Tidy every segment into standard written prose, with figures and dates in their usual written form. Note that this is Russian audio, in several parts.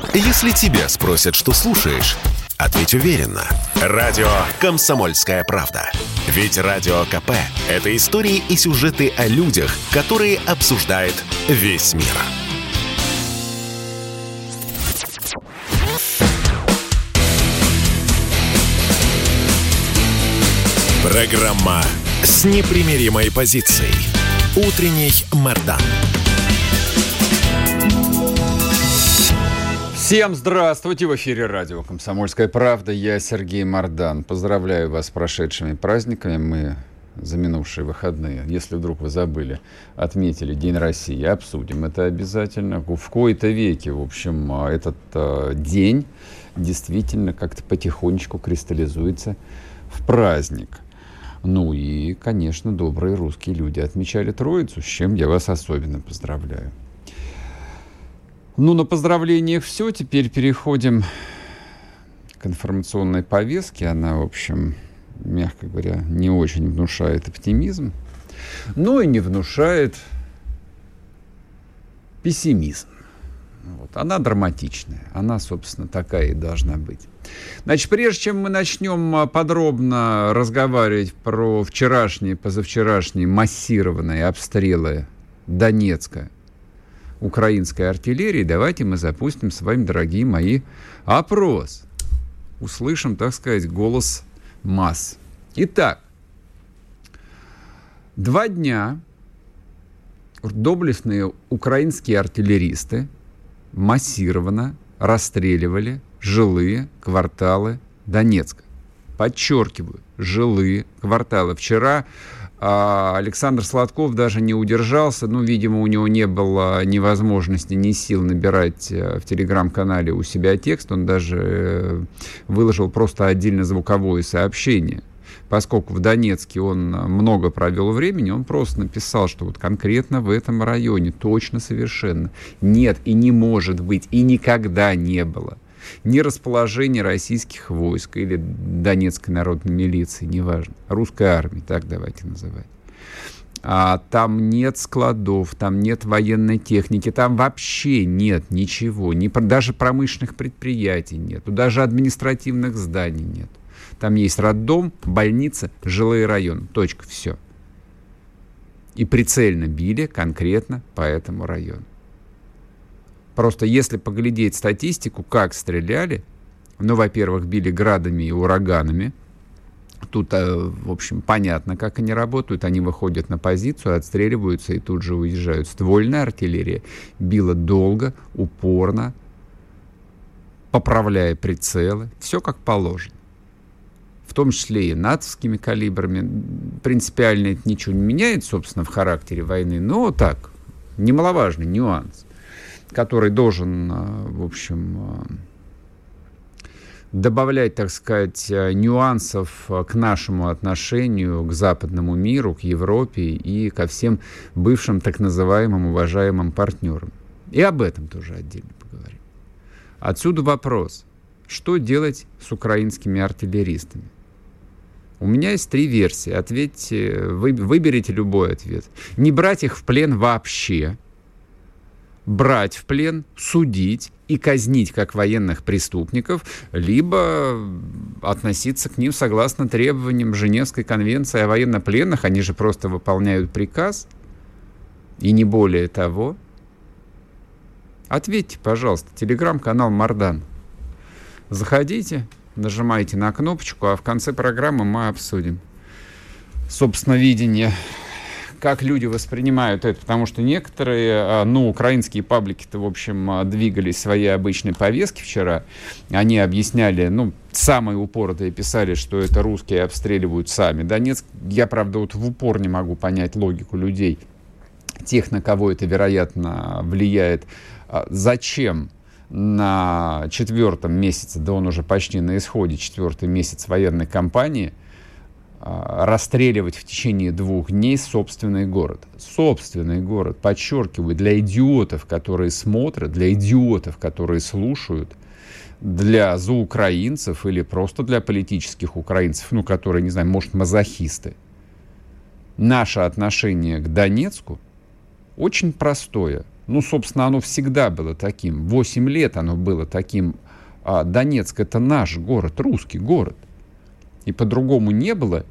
Если тебя спросят, что слушаешь, ответь уверенно. Радио «Комсомольская правда». Ведь Радио КП – это истории и сюжеты о людях, которые обсуждает весь мир. Программа с непримиримой позицией. Утренний Мардан. Всем здравствуйте! В эфире радио «Комсомольская правда». Я Сергей Мардан. Поздравляю вас с прошедшими праздниками. Мы за минувшие выходные, если вдруг вы забыли, отметили День России. Обсудим это обязательно. В кои-то веки, в общем, этот день действительно как-то потихонечку кристаллизуется в праздник. Ну и, конечно, добрые русские люди отмечали Троицу, с чем я вас особенно поздравляю. Ну, на поздравлениях все. Теперь переходим к информационной повестке. Она, в общем, мягко говоря, не очень внушает оптимизм, но и не внушает пессимизм. Вот. Она драматичная. Она, собственно, такая и должна быть. Значит, прежде чем мы начнем подробно разговаривать про вчерашние, позавчерашние массированные обстрелы Донецка украинской артиллерии, давайте мы запустим с вами, дорогие мои, опрос. Услышим, так сказать, голос масс. Итак, 2 дня доблестные украинские артиллеристы массированно расстреливали жилые кварталы Донецка. Подчеркиваю, жилые кварталы. Вчера Александр Сладков даже не удержался. Ну, видимо, у него не было ни возможности, ни сил набирать в телеграм-канале у себя текст. Он даже выложил просто отдельно звуковое сообщение. Поскольку в Донецке он много провел времени, он просто написал, что вот конкретно в этом районе точно совершенно нет и не может быть, и никогда не было ни расположения российских войск или Донецкой народной милиции, неважно, русской армии, так давайте называть. Там нет складов, там нет военной техники, там вообще нет ничего, даже промышленных предприятий нет, даже административных зданий нет. Там есть роддом, больница, жилые районы. Точка, все. И прицельно били конкретно по этому району. Просто если поглядеть статистику, как стреляли, ну, во-первых, били градами и ураганами. Тут, в общем, понятно, как они работают. Они выходят на позицию, отстреливаются и тут же уезжают. Ствольная артиллерия била долго, упорно, поправляя прицелы. Все как положено. В том числе и натовскими калибрами. Принципиально это ничего не меняет, собственно, в характере войны. Но так, немаловажный нюанс, который должен, в общем, добавлять, так сказать, нюансов к нашему отношению, к западному миру, к Европе и ко всем бывшим так называемым уважаемым партнерам. И об этом тоже отдельно поговорим. Отсюда вопрос, что делать с украинскими артиллеристами? У меня есть 3 версии. Ответьте, выберите любой ответ. Не брать их в плен вообще, брать в плен, судить и казнить как военных преступников, либо относиться к ним согласно требованиям Женевской конвенции о военнопленных. Они же просто выполняют приказ, и не более того. Ответьте, пожалуйста, телеграм-канал Мардан. Заходите, нажимайте на кнопочку, а в конце программы мы обсудим, собственно, видение, как люди воспринимают это, потому что некоторые, украинские паблики-то, в общем, двигались своей обычной повестки вчера. Они объясняли, самые упоротые писали, что это русские обстреливают сами Донецк. Я, правда, вот в упор не могу понять логику людей, тех, на кого это, вероятно, влияет. Зачем на 4-м месяце, да он уже почти на исходе, 4-й месяц военной кампании, расстреливать в течение 2 дней собственный город. Собственный город, подчеркиваю, для идиотов, которые смотрят, для идиотов, которые слушают, для заукраинцев или просто для политических украинцев, которые, не знаю, может, мазохисты. Наше отношение к Донецку очень простое. Ну, собственно, оно всегда было таким. 8 лет оно было таким. А Донецк — это наш город, русский город. И по-другому не было,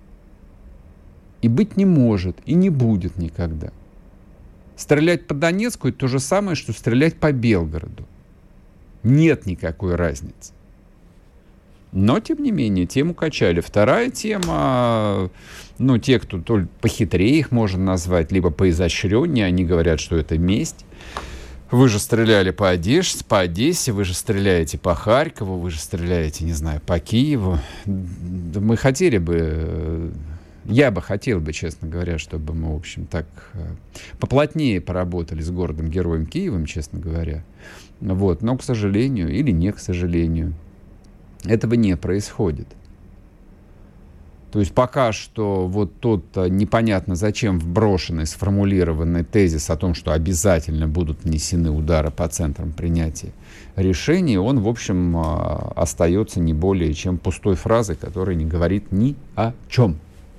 и быть не может, и не будет никогда. Стрелять по Донецку — это то же самое, что стрелять по Белгороду. Нет никакой разницы. Но, тем не менее, тему качали. Вторая тема, ну, те, кто то похитрее их можно назвать, либо поизощреннее, они говорят, что это месть. Вы же стреляли по Одессе, вы же стреляете по Харькову, вы же стреляете, не знаю, по Киеву. Мы хотели бы, я бы хотел бы, честно говоря, чтобы мы, в общем, так поплотнее поработали с городом-героем Киевом, честно говоря. Вот. Но, к сожалению, или не к сожалению, этого не происходит. То есть пока что вот тот непонятно зачем вброшенный, сформулированный тезис о том, что обязательно будут нанесены удары по центрам принятия решений, он, в общем, остается не более чем пустой фразой, которая не говорит ни о чем.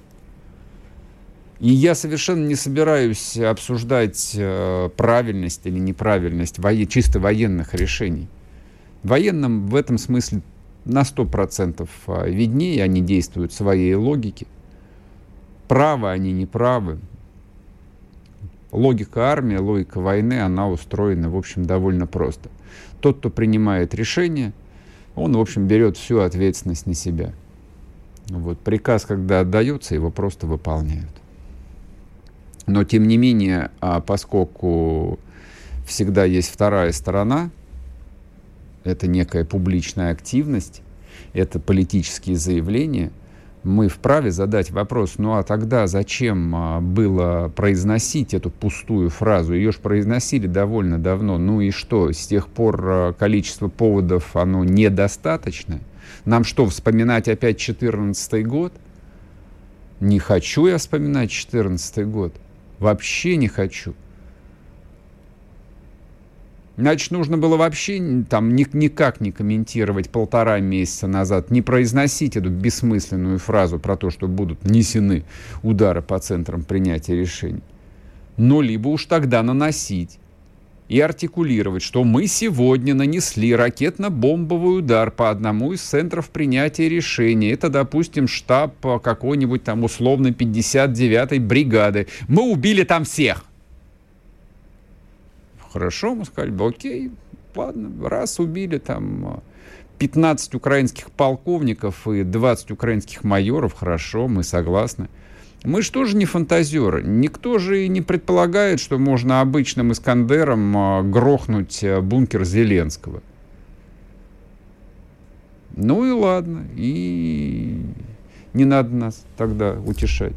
И я совершенно не собираюсь обсуждать правильность или неправильность чисто военных решений. Военным в этом смысле на 100% виднее, они действуют своей логике. Правы они, не правы. Логика армии, логика войны, она устроена, в общем, довольно просто. Тот, кто принимает решение, он, в общем, берет всю ответственность на себя. Вот. Приказ, когда отдается, его просто выполняют. Но, тем не менее, поскольку всегда есть вторая сторона, это некая публичная активность, это политические заявления, мы вправе задать вопрос, ну а тогда зачем было произносить эту пустую фразу? Ее же произносили довольно давно. Ну и что, с тех пор количество поводов, оно недостаточно? Нам что, вспоминать опять 2014 год? Не хочу я вспоминать 2014 год. Вообще не хочу. Значит, нужно было вообще там никак не комментировать 1,5 месяца назад, не произносить эту бессмысленную фразу про то, что будут нанесены удары по центрам принятия решений. Но либо уж тогда наносить и артикулировать, что мы сегодня нанесли ракетно-бомбовый удар по одному из центров принятия решений. Это, допустим, штаб какой-нибудь там условно 59-й бригады. Мы убили там всех. Хорошо, мы сказали, окей, ладно, раз убили там 15 украинских полковников и 20 украинских майоров, хорошо, мы согласны. Мы же тоже не фантазеры. Никто же и не предполагает, что можно обычным «Искандером» грохнуть бункер Зеленского. Ну и ладно, и не надо нас тогда утешать.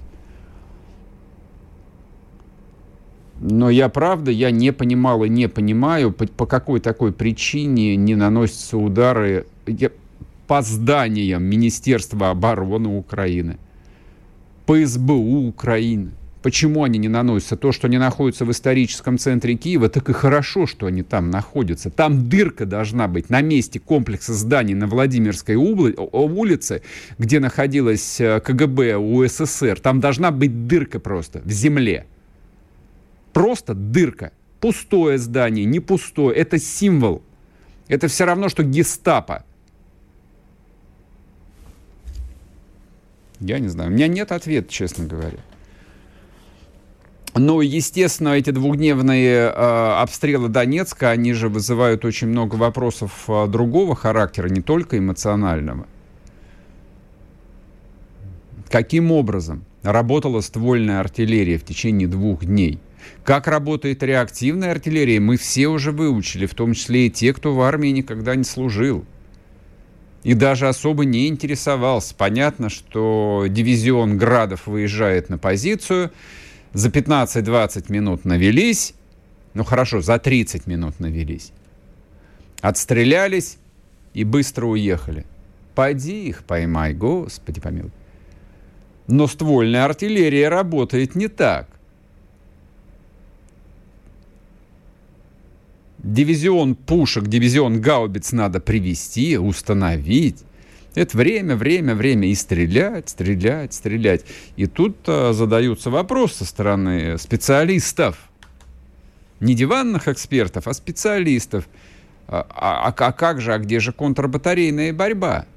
Но я не понимал и не понимаю, по какой такой причине не наносятся удары по зданиям Министерства обороны Украины, по СБУ Украины. Почему они не наносятся? То, что они находятся в историческом центре Киева, так и хорошо, что они там находятся. Там дырка должна быть на месте комплекса зданий на Владимирской улице, где находилась КГБ УССР. Там должна быть дырка просто в земле. Просто дырка. Пустое здание, не пустое. Это символ. Это все равно, что гестапо. Я не знаю. У меня нет ответа, честно говоря. Но, естественно, эти двухдневные обстрелы Донецка, они же вызывают очень много вопросов другого характера, не только эмоционального. Каким образом работала ствольная артиллерия в течение 2 дней? Как работает реактивная артиллерия, мы все уже выучили, в том числе и те, кто в армии никогда не служил. И даже особо не интересовался. Понятно, что дивизион «Градов» выезжает на позицию, за 15-20 минут навелись, ну хорошо, за 30 минут навелись, отстрелялись и быстро уехали. Поди их поймай, Господи помилуй. Но ствольная артиллерия работает не так. Дивизион пушек, дивизион гаубиц надо привести, установить. Это время. И стрелять. И тут задаются вопросы со стороны специалистов. Не диванных экспертов, а специалистов. А как же, а где же контрбатарейная борьба?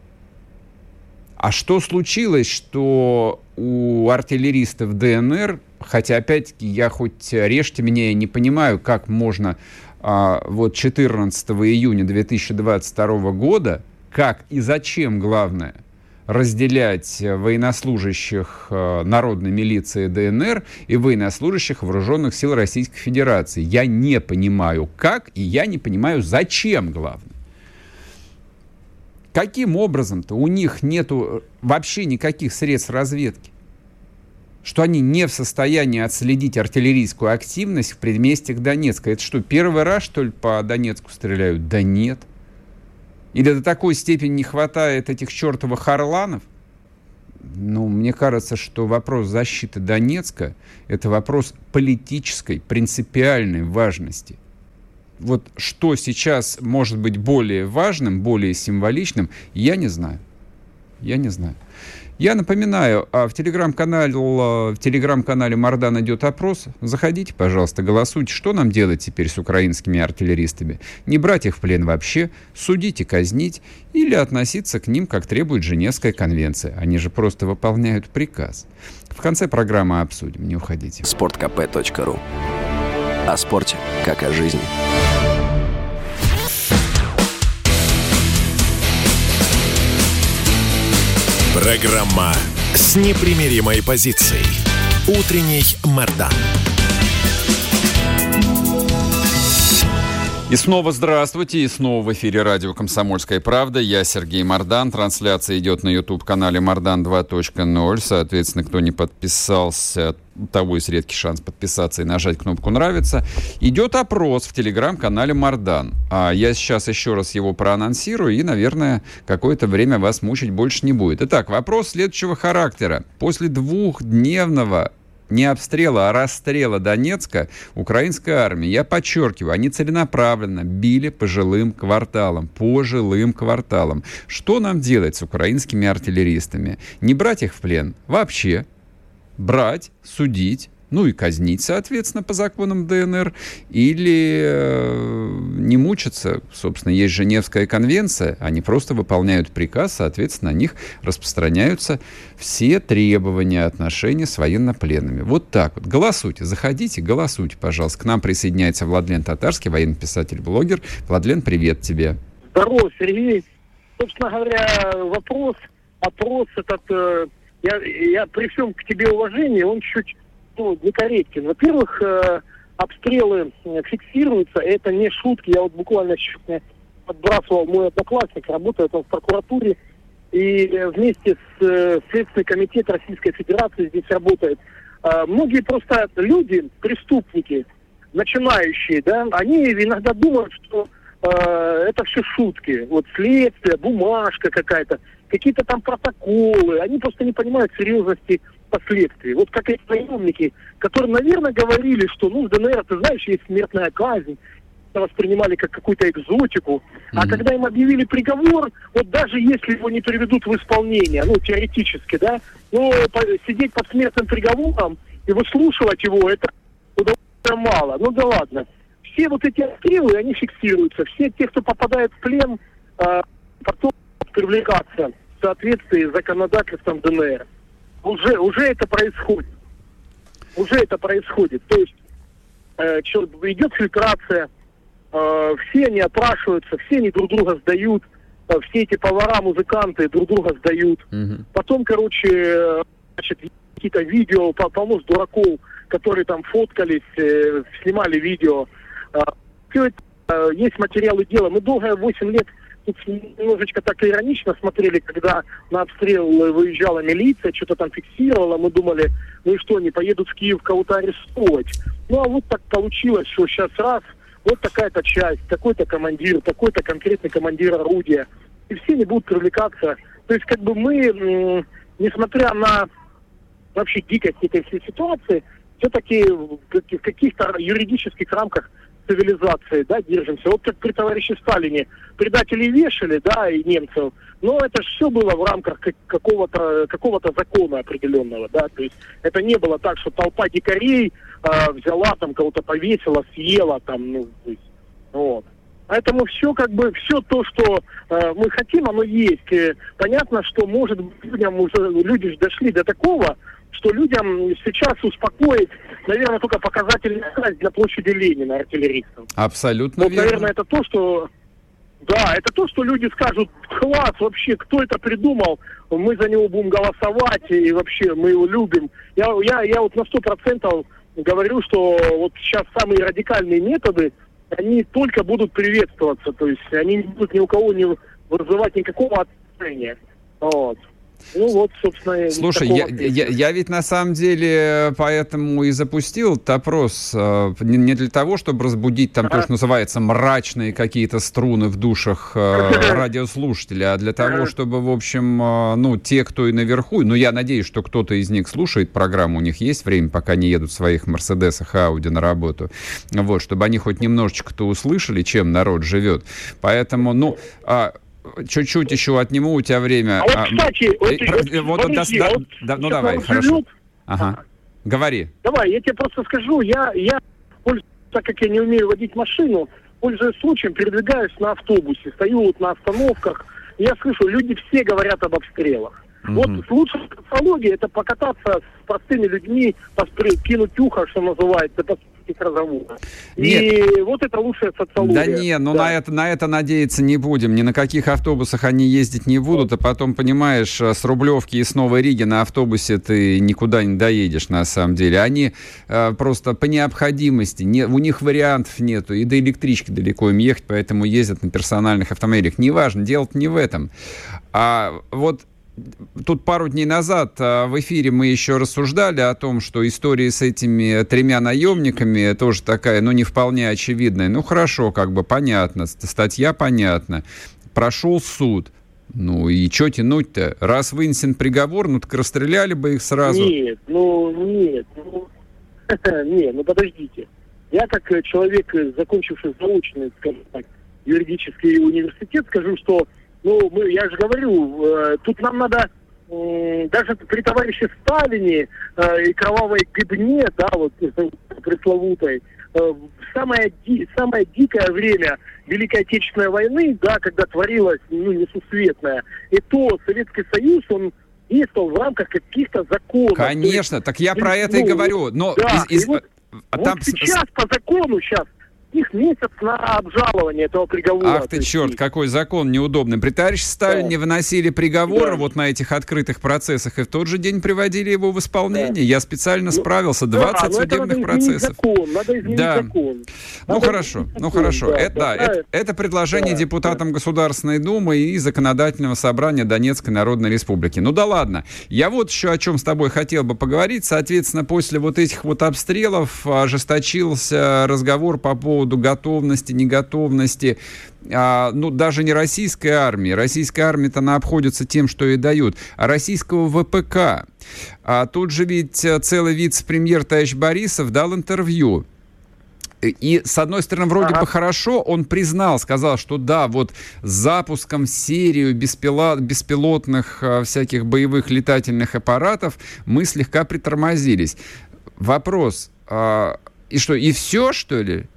А что случилось, что у артиллеристов ДНР, хотя, опять-таки, я хоть режьте меня, я не понимаю, как можно вот 14 июня 2022 года, как и зачем, главное, разделять военнослужащих народной милиции ДНР и военнослужащих вооруженных сил Российской Федерации. Я не понимаю, как, и я не понимаю, зачем, главное. Каким образом-то у них нету вообще никаких средств разведки? Что они не в состоянии отследить артиллерийскую активность в предместьях Донецка. Это что, первый раз, что ли, по Донецку стреляют? Да нет. Или до такой степени не хватает этих чертовых орланов? Ну, мне кажется, что вопрос защиты Донецка – это вопрос политической, принципиальной важности. Вот что сейчас может быть более важным, более символичным, я не знаю. Я не знаю. Я напоминаю, в телеграм-канале Мардан идет опрос. Заходите, пожалуйста, голосуйте. Что нам делать теперь с украинскими артиллеристами? Не брать их в плен вообще, судить и казнить, или относиться к ним, как требует Женевская конвенция. Они же просто выполняют приказ. В конце программы обсудим, не уходите. sportkp.ru. О спорте, как о жизни. Программа с непримиримой позицией. Утренний Мардан. И снова здравствуйте, и снова в эфире радио «Комсомольская правда». Я Сергей Мардан. Трансляция идет на YouTube-канале Мардан 2.0. Соответственно, кто не подписался, у того есть редкий шанс подписаться и нажать кнопку «Нравится». Идет опрос в телеграм-канале Мардан. Я сейчас еще раз его проанонсирую, и, наверное, какое-то время вас мучить больше не будет. Итак, вопрос следующего характера. После двухдневного не обстрела, а расстрела Донецка украинская армия, я подчеркиваю, они целенаправленно били по жилым кварталам. По жилым кварталам. Что нам делать с украинскими артиллеристами? Не брать их в плен вообще. Брать, судить, ну и казнить, соответственно, по законам ДНР, или не мучиться. Собственно, есть Женевская конвенция, они просто выполняют приказ, соответственно, на них распространяются все требования отношения с военнопленными. Вот так вот. Голосуйте, заходите, голосуйте, пожалуйста. К нам присоединяется Владлен Татарский, военный писатель-блогер. Владлен, привет тебе. Здорово, Сергей. Собственно говоря, опрос этот, я при всем к тебе уважении, он чуть некорректен. Во-первых, обстрелы фиксируются, это не шутки. Я вот буквально подбрасывал, мой одноклассник, работает он в прокуратуре, и вместе с Следственный комитет Российской Федерации здесь работает. Многие просто люди, преступники, начинающие, да, они иногда думают, что это все шутки. Вот следствие, бумажка какая-то, какие-то там протоколы. Они просто не понимают серьезности последствий. Вот как эти наемники, которые, наверное, говорили, что, в ДНР, ты знаешь, есть смертная казнь, воспринимали как какую-то экзотику. А когда им объявили приговор, вот даже если его не приведут в исполнение, теоретически, да, сидеть под смертным приговором и выслушивать его, это удовольствия мало. Да ладно. Все вот эти обстрелы, они фиксируются. Все те, кто попадает в плен, потом привлекаться в соответствии с законодательством ДНР. Уже это происходит. То есть идет фильтрация, все они опрашиваются, все они друг друга сдают, все эти повара, музыканты друг друга сдают. Потом, какие-то видео, полно дураков, которые там фоткались, снимали видео. Все это, есть материалы дела. Мы долго, 8 лет, тут немножечко так иронично смотрели, когда на обстрел выезжала милиция, что-то там фиксировала. Мы думали, и что, они поедут в Киев кого-то арестовать. А вот так получилось, что сейчас вот такая-то часть, такой-то командир, такой-то конкретный командир орудия. И все не будут привлекаться. То есть, мы, несмотря на вообще дикость этой всей ситуации, все-таки в каких-то юридических рамках цивилизации, да, держимся. Вот как при товарище Сталине предателей вешали, да, и немцев, Но это же все было в рамках какого-то закона определенного, да, то есть это не было так, что толпа дикарей взяла там кого-то повесила, съела там, ну, то есть, вот. Поэтому все все то, что мы хотим, оно есть. Понятно, что может быть люди же дошли до такого, что людям сейчас успокоить, наверное, только показательная часть для площади Ленина артиллеристов. Абсолютно вот, верно. Наверное, это то, что... Да, это то, что люди скажут: класс, вообще, кто это придумал, мы за него будем голосовать, и вообще мы его любим. Я вот на 100% говорю, что вот сейчас самые радикальные методы, они только будут приветствоваться, то есть они не будут ни у кого не вызывать никакого отношения. Вот. Ну вот, собственно... Слушай, я ведь на самом деле поэтому и запустил этот опрос не для того, чтобы разбудить там то, что называется мрачные какие-то струны в душах радиослушателей, а для того, чтобы, в общем, те, кто и наверху, я надеюсь, что кто-то из них слушает программу, у них есть время, пока не едут в своих Мерседесах и Ауди на работу, вот, чтобы они хоть немножечко-то услышали, чем народ живет. Поэтому, чуть-чуть еще отниму у тебя время. Кстати, давай, хорошо. Ага. Говори. Давай, я тебе просто скажу, я так как я не умею водить машину, пользуясь случаем, передвигаюсь на автобусе, стою вот на остановках, я слышу, люди все говорят об обстрелах. Вот лучшая социология — это покататься с простыми людьми, кинуть ухо, что называется, послушать разговоры. И вот это лучшая социология. На это надеяться не будем. Ни на каких автобусах они ездить не будут, а потом, понимаешь, с Рублевки и с Новой Риги на автобусе ты никуда не доедешь, на самом деле. Они просто по необходимости, у них вариантов нету, и до электрички далеко им ехать, поэтому ездят на персональных автомобилях. Неважно, дело-то не в этом. А вот тут пару дней назад в эфире мы еще рассуждали о том, что история с этими 3 наемниками тоже такая, не вполне очевидная. Хорошо, понятно, статья понятна. Прошел суд. И что тянуть-то? Раз вынесен приговор, так расстреляли бы их сразу. Нет, подождите. Я как человек, закончивший заочный, скажем так, юридический университет, скажу, что я же говорю, тут нам надо даже при товарище Сталине и кровавой гибне, да, вот пресловутой, самое дикое время Великой Отечественной войны, да, когда творилось несусветное, и то Советский Союз, он действовал в рамках каких-то законов. Конечно, так я про это и говорю. Но сейчас по закону их месяц на обжалование этого приговора. Ах ты черт, какой закон неудобный. При товарище Сталине выносили приговор вот на этих открытых процессах, и в тот же день приводили его в исполнение. Я специально справился, 20 судебных процессов. Надо изменить закон. Хорошо. Это предложение депутатам Государственной Думы и Законодательного собрания Донецкой Народной Республики. Ладно. Я вот еще о чем с тобой хотел бы поговорить. Соответственно, после вот этих вот обстрелов ожесточился разговор по поводу готовности, неготовности, даже не российской армии. Российская армия-то она обходится тем, что и дают, а российского ВПК. Тут же ведь целый вице-премьер товарищ Борисов дал интервью. И, с одной стороны, вроде бы хорошо, он сказал, что да, вот с запуском серию беспилотных всяких боевых летательных аппаратов мы слегка притормозились. Вопрос, и что, и все, что ли?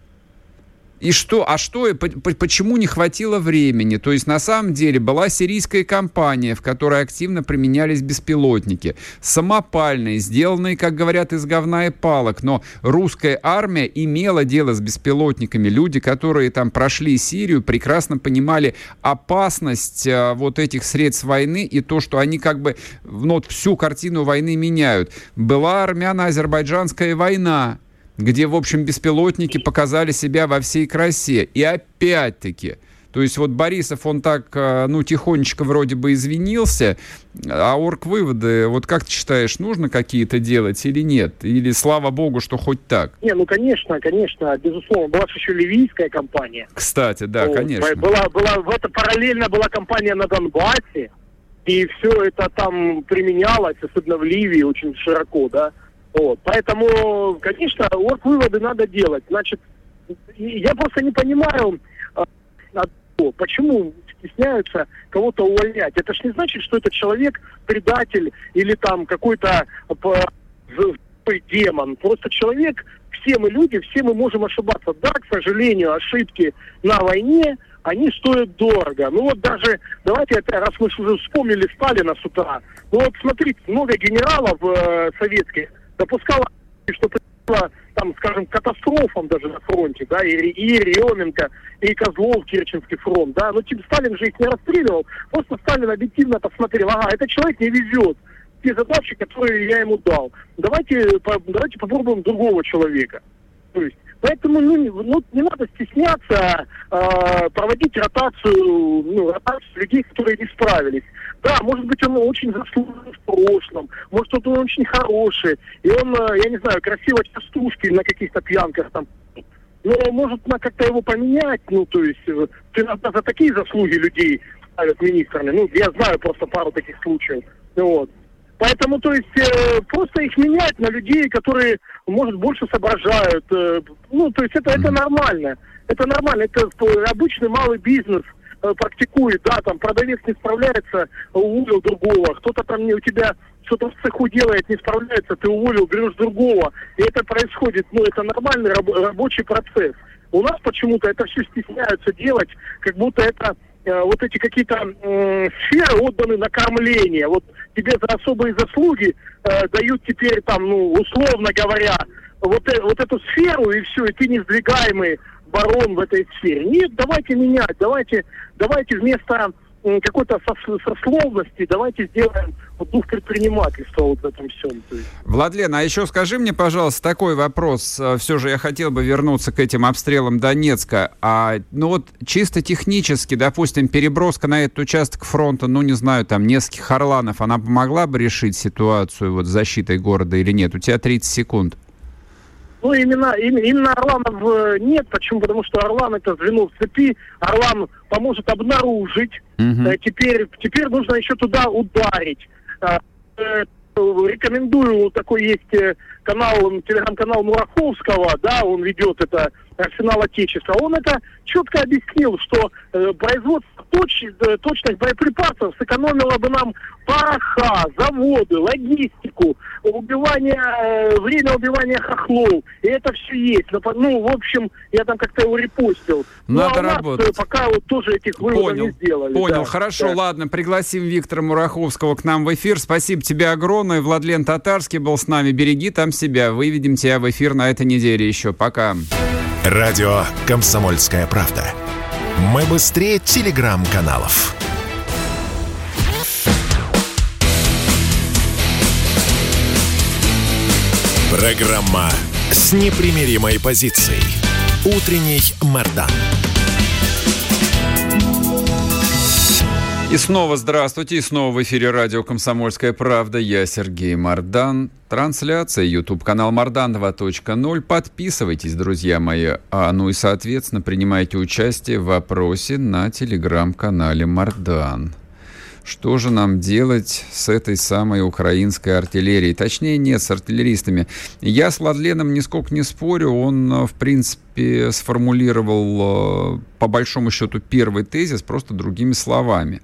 И что? Почему не хватило времени? То есть, на самом деле, была сирийская кампания, в которой активно применялись беспилотники. Самопальные, сделанные, как говорят, из говна и палок. Но русская армия имела дело с беспилотниками. Люди, которые там прошли Сирию, прекрасно понимали опасность вот этих средств войны и то, что они всю картину войны меняют. Была армяно-азербайджанская война, где, в общем, беспилотники показали себя во всей красе. И опять-таки, то есть вот Борисов, он так, тихонечко вроде бы извинился, а оргвыводы, вот как ты считаешь, нужно какие-то делать или нет? Или, слава богу, что хоть так? Конечно, безусловно. Была же еще ливийская кампания. Кстати, да, конечно. Параллельно была кампания на Донбассе, и все это там применялось, особенно в Ливии, очень широко, да. Поэтому, конечно, выводы надо делать. Значит, я просто не понимаю, почему стесняются кого-то увольнять. Это ж не значит, что этот человек предатель или там какой-то демон. Просто человек, все мы люди, все мы можем ошибаться. Да, к сожалению, ошибки на войне, они стоят дорого. Ну вот даже, давайте опять, раз мы уже вспомнили Сталина с утра, ну вот смотрите, много генералов советских допускало, что там, скажем, катастрофам даже на фронте, да, и Еременко, и Козлов, Керченский фронт, да, но Сталин же их не расстреливал, просто Сталин объективно посмотрел, ага, этот человек не везет те задачи, которые я ему дал. Давайте попробуем другого человека. То есть, поэтому не надо стесняться проводить ротацию людей, которые не справились. Да, может быть, он очень заслуженный в прошлом, может, он очень хороший, и он, я не знаю, красиво частушки на каких-то пьянках там. Но может как-то его поменять, то есть иногда за такие заслуги людей ставят министрами. Я знаю просто пару таких случаев. Вот. Поэтому, то есть, просто их менять на людей, которые, может, больше соображают. То есть, это нормально. Это нормально. Это обычный малый бизнес практикует, да, там, продавец не справляется, уволил другого. Кто-то там у тебя что-то в цеху делает, не справляется, ты уволил, берешь другого. И это происходит, это нормальный рабочий процесс. У нас почему-то это все стесняются делать, как будто это вот эти какие-то сферы отданы на кормление. Вот тебе за особые заслуги дают теперь там, условно говоря, вот эту сферу, и все, и ты несдвигаемый барон в этой сфере. Нет, давайте менять, давайте вместо какой-то сословности, давайте сделаем дух предпринимательства вот в этом всем. Владлен, а еще скажи мне, пожалуйста, такой вопрос. Все же я хотел бы вернуться к этим обстрелам Донецка. Чисто технически, допустим, переброска на этот участок фронта, нескольких Орланов, она помогла бы решить ситуацию с защитой города или нет? У тебя 30 секунд. Именно Орланов нет. Почему? Потому что Орлан — это звено в цепи. Орлан поможет обнаружить. Теперь нужно еще туда ударить. Рекомендую, такой есть телеграм-канал Мураховского, да, он ведет это «Арсенал Отечества». Он это четко объяснил, что производство точных боеприпасов сэкономило бы нам пороха, заводы, логистику, время убивания хохлов. И это все есть. В общем, я там как-то его репостил. Надо работать. Пока тоже этих выводов не сделали. Понял, да, хорошо, да. Ладно, пригласим Виктора Мураховского к нам в эфир. Спасибо тебе огромное. Владлен Татарский был с нами. Береги там себя. Выведем тебя в эфир на этой неделе еще. Пока. Радио «Комсомольская правда». Мы быстрее телеграм-каналов. Программа с непримиримой позицией. Утренний Мардан. И снова здравствуйте, и снова в эфире радио «Комсомольская правда». Я Сергей Мардан. Трансляция, YouTube-канал Мардан 2.0. Подписывайтесь, друзья мои. И, соответственно, принимайте участие в вопросе на телеграм-канале Мардан. Что же нам делать с этой самой украинской артиллерией? Точнее, нет, с артиллеристами. Я с Владленом нисколько не спорю. Он, в принципе, сформулировал, по большому счету, первый тезис просто другими словами.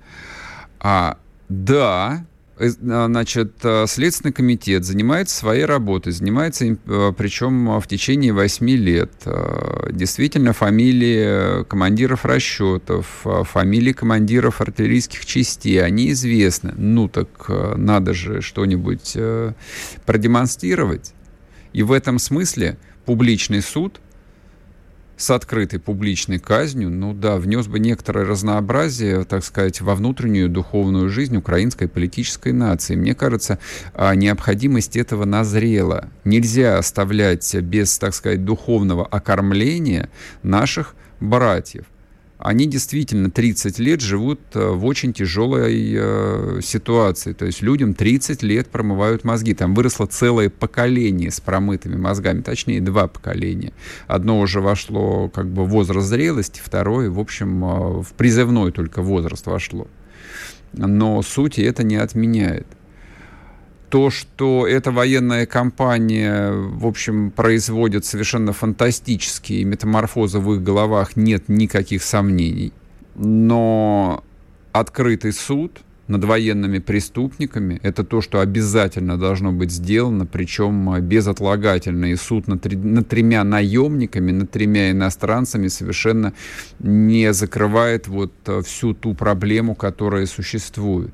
Да, Следственный комитет занимается своей работой, занимается, причем в течение 8 лет. Действительно, фамилии командиров расчетов, фамилии командиров артиллерийских частей, они известны. Так надо же что-нибудь продемонстрировать. И в этом смысле публичный суд с открытой публичной казнью, внес бы некоторое разнообразие, так сказать, во внутреннюю духовную жизнь украинской политической нации. Мне кажется, необходимость этого назрела. Нельзя оставлять без, так сказать, духовного окормления наших братьев. Они действительно 30 лет живут в очень тяжелой ситуации. То есть людям 30 лет промывают мозги. Там выросло целое поколение с промытыми мозгами. Точнее, 2 поколения. Одно уже вошло в возраст зрелости, второе, в общем, в призывной только возраст вошло. Но сути это не отменяет. То, что эта военная кампания, в общем, производит совершенно фантастические метаморфозы в их головах, нет никаких сомнений. Но открытый суд над военными преступниками — это то, что обязательно должно быть сделано, причем безотлагательно. И суд над 3 наемниками, над 3 иностранцами совершенно не закрывает вот всю ту проблему, которая существует.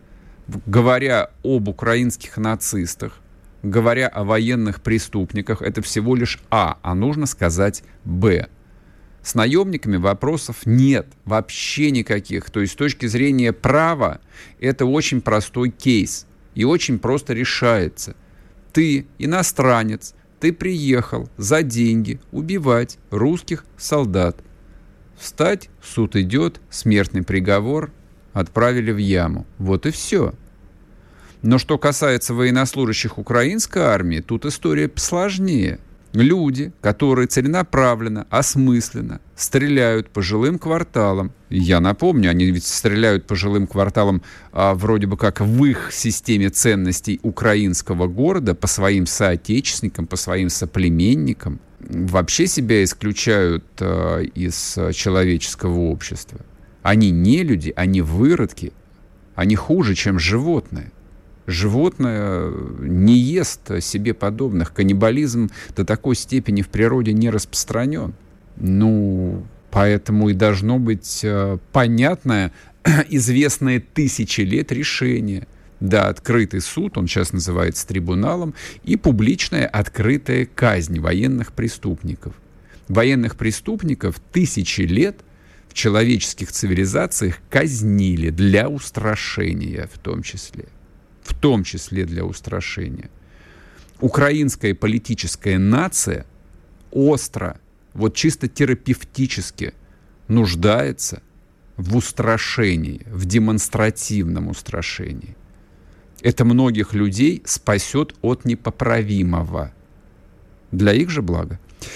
Говоря об украинских нацистах, говоря о военных преступниках, это всего лишь А нужно сказать Б. С наемниками вопросов нет, вообще никаких. То есть с точки зрения права это очень простой кейс и очень просто решается. Ты иностранец, ты приехал за деньги убивать русских солдат. Встать, суд идет, смертный приговор, отправили в яму. Вот и все. Но что касается военнослужащих украинской армии, тут история посложнее. Люди, которые целенаправленно, осмысленно стреляют по жилым кварталам. Я напомню, они ведь стреляют по жилым кварталам вроде бы как в их системе ценностей украинского города, по своим соотечественникам, по своим соплеменникам. Вообще себя исключают из человеческого общества. Они не люди, они выродки, они хуже, чем животные. Животное не ест себе подобных. Каннибализм до такой степени в природе не распространен. Поэтому и должно быть понятное, известное тысячи лет решение. Да, открытый суд, он сейчас называется трибуналом, и публичная открытая казнь военных преступников. Военных преступников тысячи лет в человеческих цивилизациях казнили для устрашения в том числе. В том числе для устрашения. Украинская политическая нация остро, вот чисто терапевтически нуждается в устрашении, в демонстративном устрашении. Это многих людей спасет от непоправимого. Для их же блага.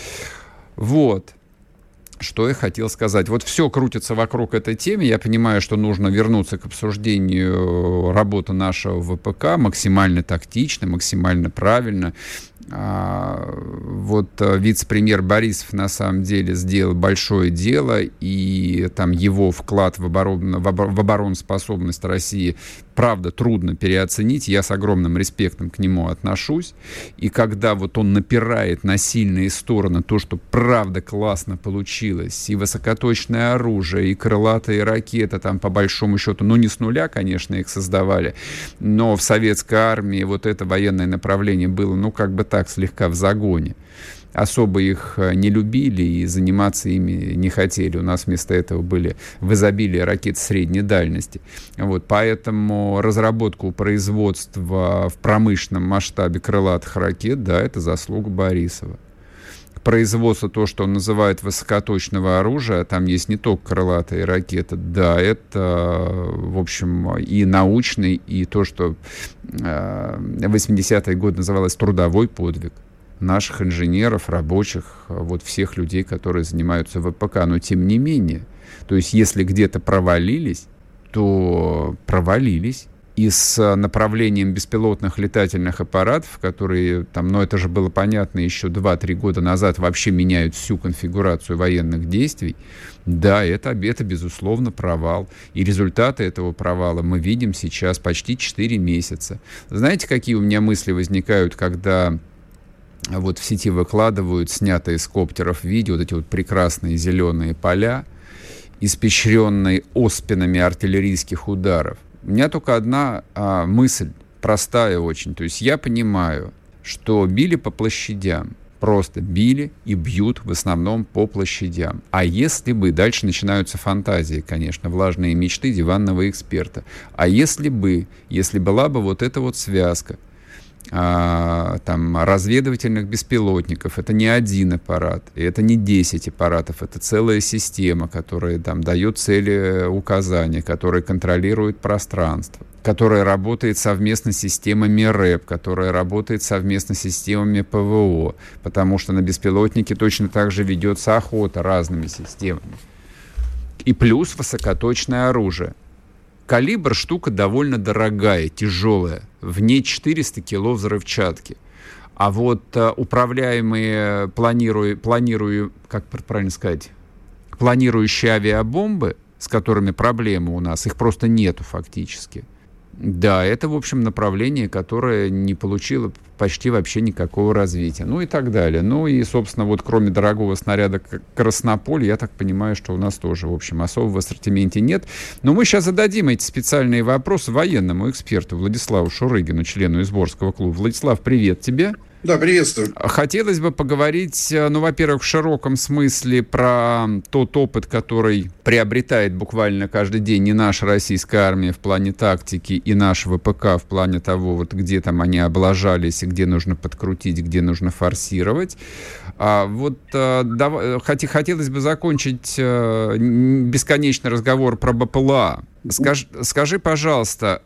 Вот. Что я хотел сказать. Вот все крутится вокруг этой темы. Я понимаю, что нужно вернуться к обсуждению работы нашего ВПК максимально тактично, максимально правильно. Вот вице-премьер Борисов на самом деле сделал большое дело, и там его вклад в обороноспособность России, правда, трудно переоценить. Я с огромным респектом к нему отношусь. И когда вот он напирает на сильные стороны, то, что правда классно получилось, и высокоточное оружие, и крылатые ракеты, там по большому счету, не с нуля, конечно, их создавали, но в советской армии вот это военное направление было, так, слегка в загоне. Особо их не любили и заниматься ими не хотели. У нас вместо этого были в изобилии ракеты средней дальности. Вот, поэтому разработку производства в промышленном масштабе крылатых ракет, да, это заслуга Борисова. Производство, то, что он называет высокоточного оружия, там есть не только крылатые ракеты, да, это, в общем, и научный, и то, что в 80-е годы называлось трудовой подвиг наших инженеров, рабочих, вот всех людей, которые занимаются ВПК. Но тем не менее, то есть если где-то провалились, то провалились. И с направлением беспилотных летательных аппаратов, которые там, это же было понятно еще 2-3 года назад, вообще меняют всю конфигурацию военных действий, да, это безусловно провал. И результаты этого провала мы видим сейчас почти 4 месяца. Знаете, какие у меня мысли возникают, когда вот в сети выкладывают снятые с коптеров видео, вот эти вот прекрасные зеленые поля, испещренные оспинами артиллерийских ударов? У меня только одна мысль, простая очень. То есть я понимаю, что били по площадям, просто били и бьют в основном по площадям. А если бы, дальше начинаются фантазии, конечно, влажные мечты диванного эксперта. А если была бы вот эта вот связка разведывательных беспилотников, это не один аппарат, и это не 10 аппаратов, это целая система, которая дает цели указания, которая контролирует пространство, которая работает совместно с системами РЭП, которая работает совместно с системами ПВО, потому что на беспилотнике точно так же ведется охота разными системами. И плюс высокоточное оружие. Калибр штука довольно дорогая, тяжелая. В ней 400 кило взрывчатки. А вот планирующие авиабомбы, с которыми проблемы у нас, их просто нету фактически. Да, это, в общем, направление, которое не получило почти вообще никакого развития. Ну и так далее. Ну и, собственно, вот кроме дорогого снаряда «Краснополь», я так понимаю, что у нас тоже, в общем, особо в ассортименте нет. Но мы сейчас зададим эти специальные вопросы военному эксперту Владиславу Шурыгину, члену Изборского клуба. Владислав, привет тебе. Да, приветствую. Хотелось бы поговорить, ну, во-первых, в широком смысле про тот опыт, который приобретает буквально каждый день не наша российская армия в плане тактики и наш ВПК в плане того, вот где там они облажались и где нужно подкрутить, где нужно форсировать. Хотелось бы закончить бесконечный разговор про БПЛА. Скажи, пожалуйста,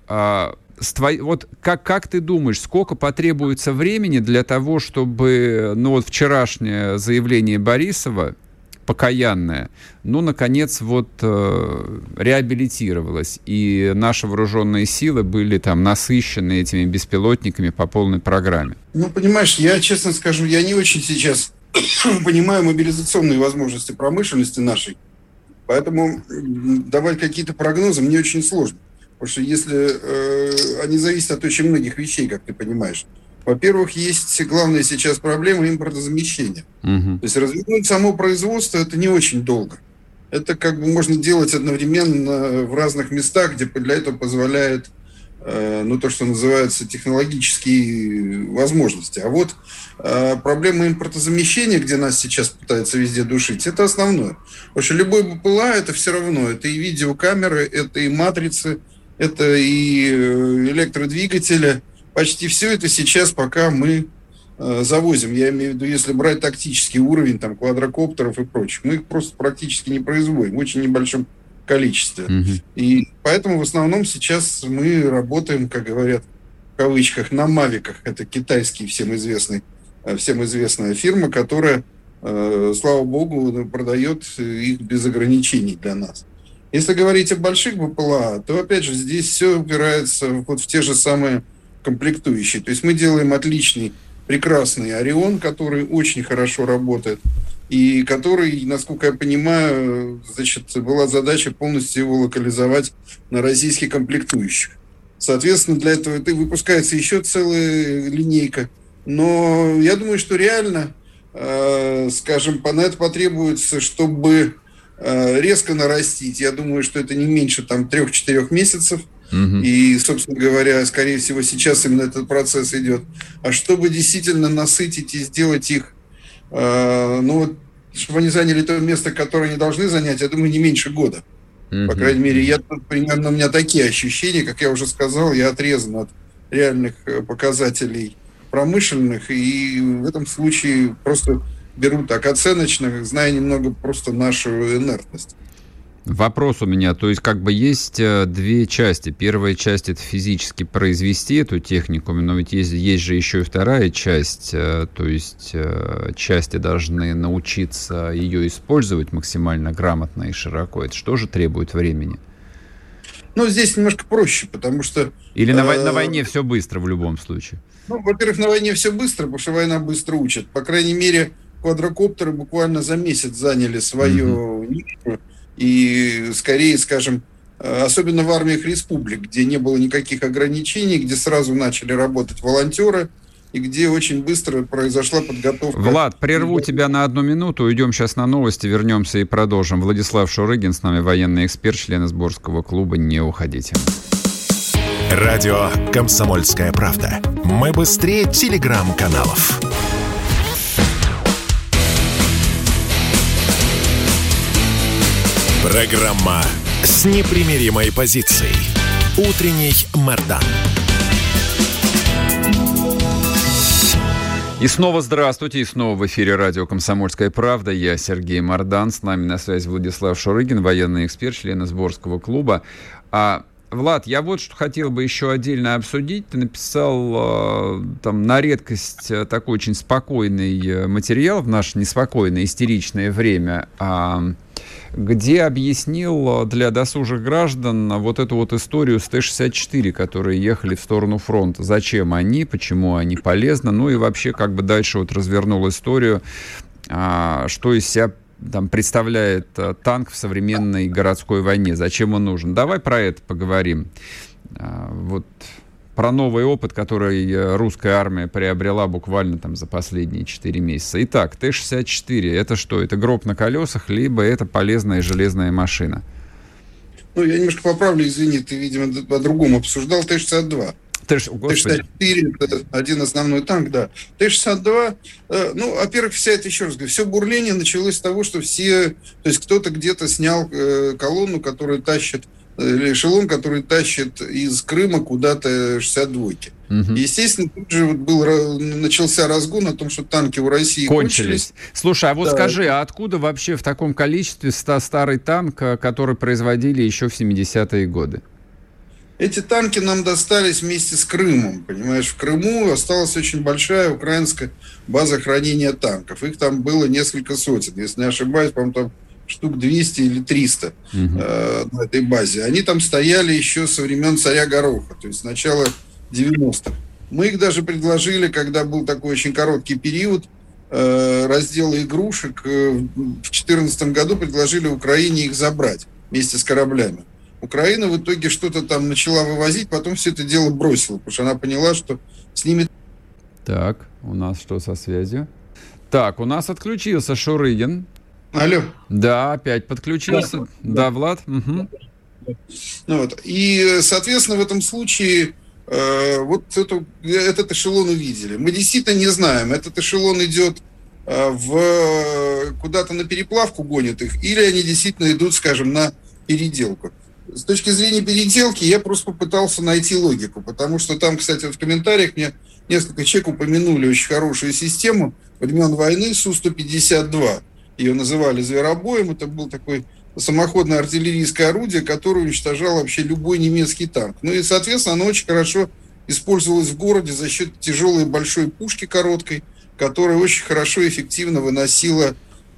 вот как ты думаешь, сколько потребуется времени для того, чтобы, ну, вот вчерашнее заявление Борисова, покаянное, ну, наконец, вот реабилитировалось, и наши вооруженные силы были там насыщены этими беспилотниками по полной программе? Ну, понимаешь, я, честно скажу, я не очень сейчас понимаю мобилизационные возможности промышленности нашей, поэтому давать какие-то прогнозы мне очень сложно. Потому что если они зависят от очень многих вещей, как ты понимаешь. Во-первых, есть главная сейчас проблема импортозамещения. То есть развернуть само производство – это не очень долго. Это как бы можно делать одновременно в разных местах, где для этого позволяет, то, что называется, технологические возможности. А вот проблема импортозамещения, где нас сейчас пытаются везде душить, это основное. Потому что любой БПЛА – это все равно. Это и видеокамеры, это и матрицы, это и электродвигатели. Почти все это сейчас пока мы завозим. Я имею в виду, если брать тактический уровень, там, квадрокоптеров и прочих. Мы их просто практически не производим в очень небольшом количестве. И поэтому в основном сейчас мы работаем, как говорят в кавычках, на мавиках. Это китайский всем известная фирма, которая, слава богу, продает их без ограничений для нас. Если говорить о больших БПЛА, то, опять же, здесь все упирается вот в те же самые комплектующие. То есть мы делаем отличный, прекрасный «Орион», который очень хорошо работает, и который, насколько я понимаю, была задача полностью его локализовать на российских комплектующих. Соответственно, для этого выпускается еще целая линейка. Но я думаю, что реально, скажем, на это потребуется, чтобы резко нарастить. Я думаю, что это не меньше 3-4 месяцев. И, собственно говоря, скорее всего, сейчас именно этот процесс идет. А чтобы действительно насытить и сделать их, чтобы они заняли то место, которое они должны занять, я думаю, не меньше года. По крайней мере, примерно у меня такие ощущения, как я уже сказал, я отрезан от реальных показателей промышленных, и в этом случае просто беру так оценочно, зная немного просто нашу инертность. Вопрос у меня, то есть как бы есть две части. Первая часть – это физически произвести эту технику, но ведь есть же еще и вторая часть, то есть части должны научиться ее использовать максимально грамотно и широко. Это что же требует времени? Ну, здесь немножко проще, потому что... Или на войне все быстро в любом случае? Ну, во-первых, на войне все быстро, потому что война быстро учит. По крайней мере, квадрокоптеры буквально за месяц заняли свою нишу. И скорее, скажем, особенно в армиях республик, где не было никаких ограничений, где сразу начали работать волонтеры, и где очень быстро произошла подготовка. Влад, прерву тебя на 1 минуту, уйдем сейчас на новости, вернемся и продолжим. Владислав Шурыгин с нами, военный эксперт, член Изборского клуба. Не уходите. Радио «Комсомольская правда». Мы быстрее телеграм-каналов. Программа с непримиримой позицией. Утренний Мордан. И снова здравствуйте, и снова в эфире радио «Комсомольская правда». Я Сергей Мордан, с нами на связи Владислав Шурыгин, военный эксперт, член Изборского клуба. Влад, я вот что хотел бы еще отдельно обсудить. Ты написал там на редкость такой очень спокойный материал в наше неспокойное, истеричное время, где объяснил для досужих граждан вот эту вот историю с Т-64, которые ехали в сторону фронта. Зачем они, почему они полезны, ну и вообще как бы дальше вот развернул историю, что из себя там представляет танк в современной городской войне, зачем он нужен. Давай про это поговорим. Вот про новый опыт, который русская армия приобрела буквально там за последние 4 месяца. Итак, Т-64 — это что? Это гроб на колесах, либо это полезная железная машина? Ну, я немножко поправлю, извини, ты, видимо, по-другому обсуждал Т-62. Т-64 — это один основной танк, да. Т-62, ну, во-первых, вся это, еще раз говорю, все бурление началось с того, что все, то есть кто-то где-то снял колонну, которая тащит, или эшелон, который тащит из Крыма куда-то 62-ки. Угу. Естественно, тут же начался разгон о том, что танки у России кончились. Слушай, а вот скажи, а откуда вообще в таком количестве старый танк, который производили еще в 70-е годы? Эти танки нам достались вместе с Крымом, понимаешь. В Крыму осталась очень большая украинская база хранения танков. Их там было несколько сотен, если не ошибаюсь, по-моему, там штук 200 или 300 на этой базе. Они там стояли еще со времен царя Гороха, то есть с начала 90-х. Мы их даже предложили, когда был такой очень короткий период раздела игрушек, в 2014 году предложили Украине их забрать вместе с кораблями. Украина в итоге что-то там начала вывозить, потом все это дело бросила, потому что она поняла, что с ними... Так, у нас что со связью? Так, у нас отключился Шурыгин. Алло. Да, опять подключился. Да, Влад. Угу. Вот. И, соответственно, в этом случае вот этот эшелон увидели. Мы действительно не знаем, этот эшелон идет куда-то на переплавку, гонят их, или они действительно идут, скажем, на переделку. С точки зрения переделки я просто попытался найти логику, потому что там, кстати, в комментариях мне несколько человек упомянули очень хорошую систему времен войны Су-152. Ее называли зверобоем. Это был такой самоходное артиллерийское орудие, которое уничтожало вообще любой немецкий танк. Ну и, соответственно, оно очень хорошо использовалось в городе за счет тяжелой большой пушки короткой, которая очень хорошо и эффективно выносила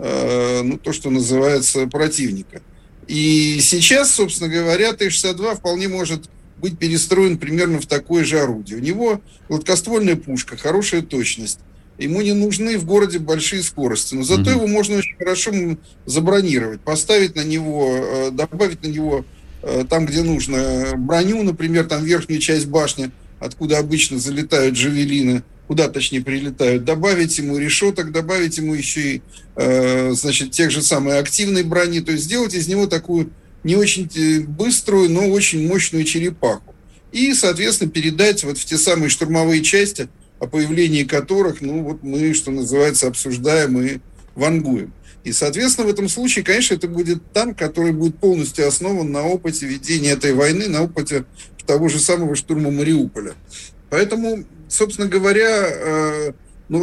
то, что называется, противника. И сейчас, собственно говоря, Т-62 вполне может быть перестроен примерно в такое же орудие. У него гладкоствольная пушка, хорошая точность. Ему не нужны в городе большие скорости, но зато его можно очень хорошо забронировать, поставить на него, добавить на него там, где нужно, броню, например, там верхнюю часть башни, откуда обычно залетают джавелины, куда точнее прилетают, добавить ему решеток, добавить ему еще и, тех же самых активной брони, то есть сделать из него такую не очень быструю, но очень мощную черепаху. И, соответственно, передать вот в те самые штурмовые части, о появлении которых, мы, что называется, обсуждаем и вангуем. И, соответственно, в этом случае, конечно, это будет танк, который будет полностью основан на опыте ведения этой войны, на опыте того же самого штурма Мариуполя. Поэтому, собственно говоря,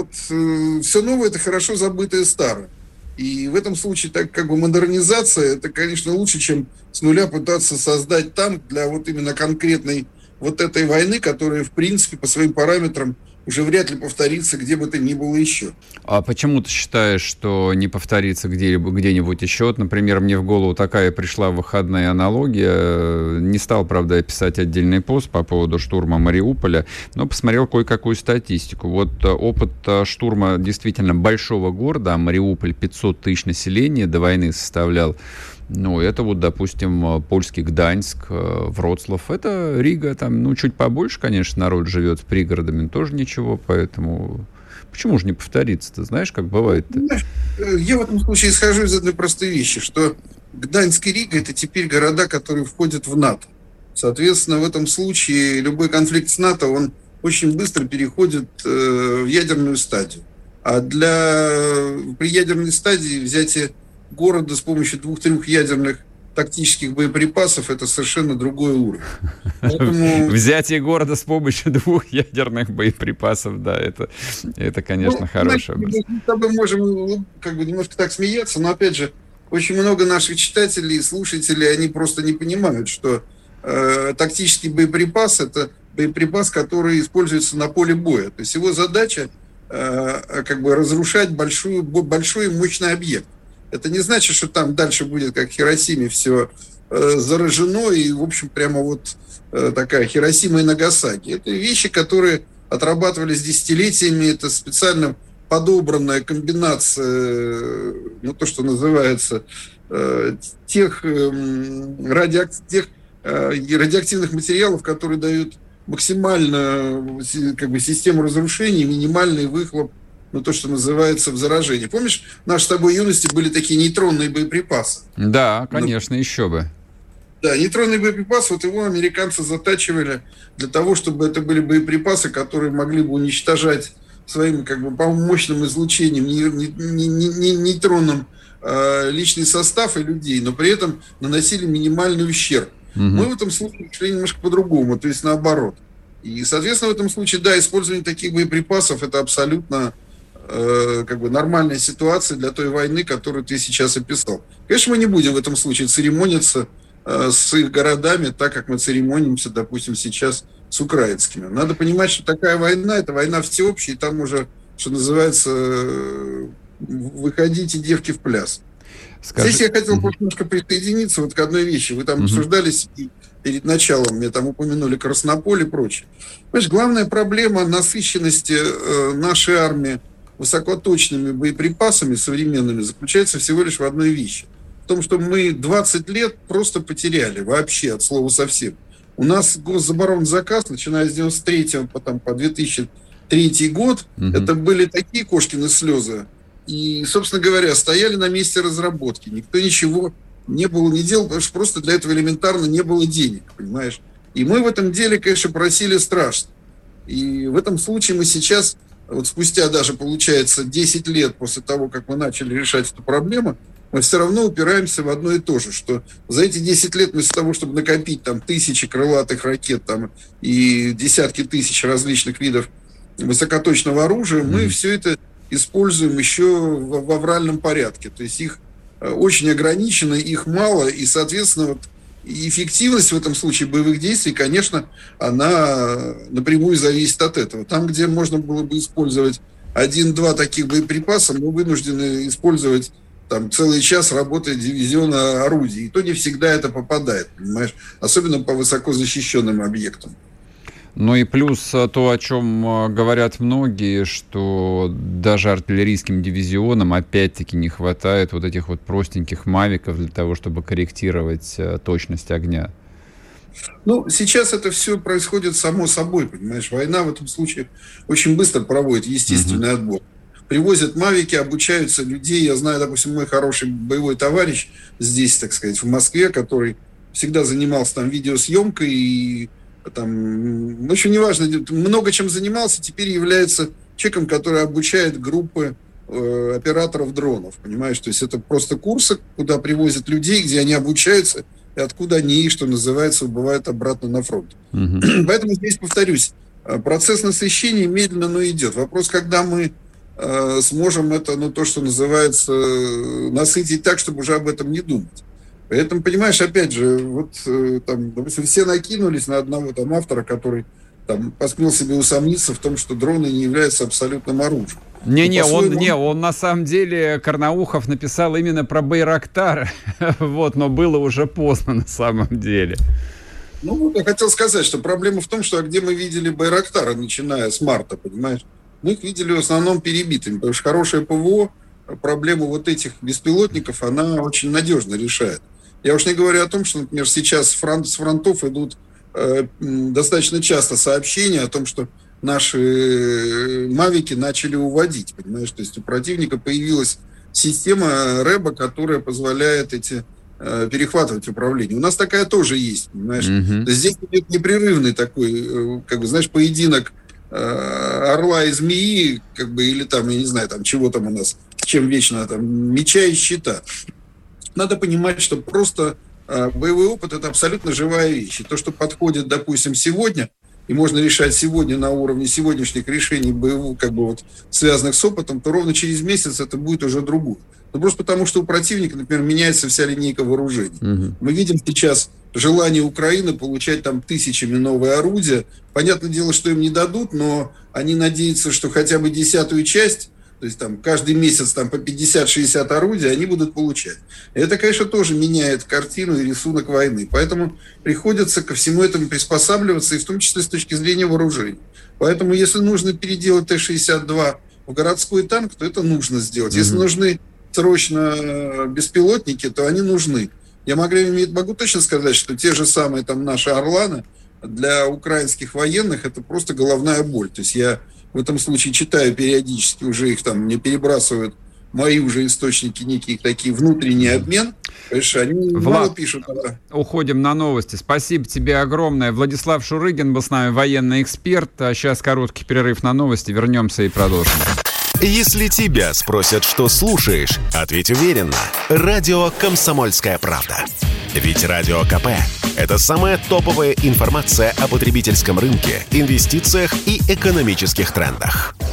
все новое – это хорошо забытое старое. И в этом случае, так как бы модернизация, это, конечно, лучше, чем с нуля пытаться создать танк для вот именно конкретной вот этой войны, которая, в принципе, по своим параметрам уже вряд ли повторится где бы то ни было еще. А почему ты считаешь, что не повторится где-нибудь еще? Вот, например, мне в голову такая пришла в выходные аналогия. Не стал, правда, писать отдельный пост по поводу штурма Мариуполя, но посмотрел кое-какую статистику. Вот опыт штурма действительно большого города, а Мариуполь 500 тысяч населения до войны составлял. Это вот, допустим, польский Гданьск, Вроцлав. Это Рига, там, чуть побольше, конечно, народ живет с пригородами, тоже ничего, поэтому почему же не повториться-то? Знаешь, как бывает-то? Я в этом случае исхожу из одной простой вещи, что Гданьск и Рига – это теперь города, которые входят в НАТО. Соответственно, в этом случае любой конфликт с НАТО, он очень быстро переходит в ядерную стадию. А при ядерной стадии взятие города с помощью 2-3 ядерных тактических боеприпасов — это совершенно другой уровень. Поэтому... Взятие города с помощью 2 ядерных боеприпасов, да, это конечно, хорошее. Мы с тобой можем немножко так смеяться, но, опять же, очень много наших читателей и слушателей, они просто не понимают, что тактический боеприпас — это боеприпас, который используется на поле боя. То есть его задача разрушать большой и мощный объект. Это не значит, что там дальше будет, как в Хиросиме, все заражено, и, в общем, прямо такая Хиросима и Нагасаки. Это вещи, которые отрабатывались десятилетиями, это специально подобранная комбинация, ну, то, что называется, тех радиоактивных материалов, которые дают максимально как бы систему разрушений, минимальный выхлоп, ну, то, что называется, в заражении. Помнишь, в нашей с тобой юности были такие нейтронные боеприпасы? Да, конечно, еще бы. Да, нейтронный боеприпас, вот его американцы затачивали для того, чтобы это были боеприпасы, которые могли бы уничтожать своим, как бы, мощным излучением, нейтронным личный состав и людей, но при этом наносили минимальный ущерб. Мы в этом случае шли немножко по-другому, то есть наоборот. И, соответственно, в этом случае, да, использование таких боеприпасов – это абсолютно как бы нормальная ситуация для той войны, которую ты сейчас описал. Конечно, мы не будем в этом случае церемониться с их городами так, как мы церемонимся, допустим, сейчас с украинскими. Надо понимать, что такая война – это война всеобщая, и там уже, что называется, выходите, девки, в пляс. Здесь я хотел немножко присоединиться вот к одной вещи. Вы там обсуждали перед началом, мне там упомянули Краснополь и прочее. Понимаешь, главная проблема насыщенности нашей армии высокоточными боеприпасами современными заключается всего лишь в одной вещи. В том, что мы 20 лет просто потеряли вообще от слова совсем. У нас госзаказ, начиная с 93 по 2003 год, это были такие кошкины слезы. И, собственно говоря, стояли на месте разработки. Никто ничего не делал, потому что просто для этого элементарно не было денег, понимаешь? И мы в этом деле, конечно, просили страшно. И в этом случае мы сейчас, вот спустя даже, получается, 10 лет после того, как мы начали решать эту проблему, мы все равно упираемся в одно и то же, что за эти 10 лет вместо того, чтобы накопить там тысячи крылатых ракет там, и десятки тысяч различных видов высокоточного оружия, мы все это используем еще в авральном порядке. То есть их очень ограничено, их мало, и, соответственно, вот эффективность в этом случае боевых действий, конечно, она напрямую зависит от этого. Там, где можно было бы использовать 1-2 таких боеприпаса, мы вынуждены использовать там целый час, работает дивизиона орудий. И то не всегда это попадает, понимаешь? Особенно по высокозащищенным объектам. Ну и плюс то, о чем говорят многие, что даже артиллерийским дивизионам опять-таки не хватает вот этих вот простеньких мавиков для того, чтобы корректировать точность огня. Ну, сейчас это все происходит само собой, понимаешь? Война в этом случае очень быстро проводит естественный отбор. Привозят мавики, обучаются людей. Я знаю, допустим, мой хороший боевой товарищ здесь, так сказать, в Москве, который всегда занимался там видеосъемкой и там, в общем, неважно, много чем занимался, теперь является человеком, который обучает группы операторов дронов, понимаешь? То есть это просто курсы, куда привозят людей, где они обучаются, и откуда они, что называется, убывают обратно на фронт. Поэтому здесь, повторюсь, процесс насыщения медленно, но идет. Вопрос, когда мы сможем это, ну, то, что называется, насытить так, чтобы уже об этом не думать. Поэтому, понимаешь, опять же, вот там, допустим, все накинулись на одного там автора, который там посмел себе усомниться в том, что дроны не являются абсолютным оружием. Он на самом деле, Карнаухов написал именно про Байрактар, вот, но было уже поздно на самом деле. Ну, вот я хотел сказать, что проблема в том, что где мы видели Байрактары, начиная с марта, понимаешь, мы их видели в основном перебитыми, потому что хорошее ПВО проблему вот этих беспилотников, она очень надежно решает. Я уж не говорю о том, что, например, сейчас с фронтов идут достаточно часто сообщения о том, что наши мавики начали уводить, понимаешь? То есть у противника появилась система РЭБа, которая позволяет перехватывать управление. У нас такая тоже есть, понимаешь? То есть здесь идет непрерывный такой, как бы, знаешь, поединок орла и змеи, как бы, или там, я не знаю, там чего там у нас, чем вечно, там, меча и щита. Надо понимать, что просто боевой опыт – это абсолютно живая вещь. И то, что подходит, допустим, сегодня, и можно решать сегодня на уровне сегодняшних решений боевых, как бы вот связанных с опытом, то ровно через месяц это будет уже другое. Ну, просто потому, что у противника, например, меняется вся линейка вооружений. Мы видим сейчас желание Украины получать там тысячами новые орудия. Понятное дело, что им не дадут, но они надеются, что хотя бы 10-ю часть, то есть там каждый месяц там по 50-60 орудий они будут получать. И это, конечно, тоже меняет картину и рисунок войны. Поэтому приходится ко всему этому приспосабливаться, и в том числе с точки зрения вооружений. Поэтому, если нужно переделать Т-62 в городской танк, то это нужно сделать. Если нужны срочно беспилотники, то они нужны. Я могу точно сказать, что те же самые там наши «Орланы» для украинских военных это просто головная боль. То есть я в этом случае читаю периодически, уже их там мне перебрасывают мои уже источники, некие такие внутренний обмен. Понимаешь, они мало пишут. Уходим на новости. Спасибо тебе огромное. Владислав Шурыгин был с нами, военный эксперт. А сейчас короткий перерыв на новости. Вернемся и продолжим. Если тебя спросят, что слушаешь, ответь уверенно. Радио «Комсомольская правда». Ведь Радио КП – это самая топовая информация о потребительском рынке, инвестициях и экономических трендах.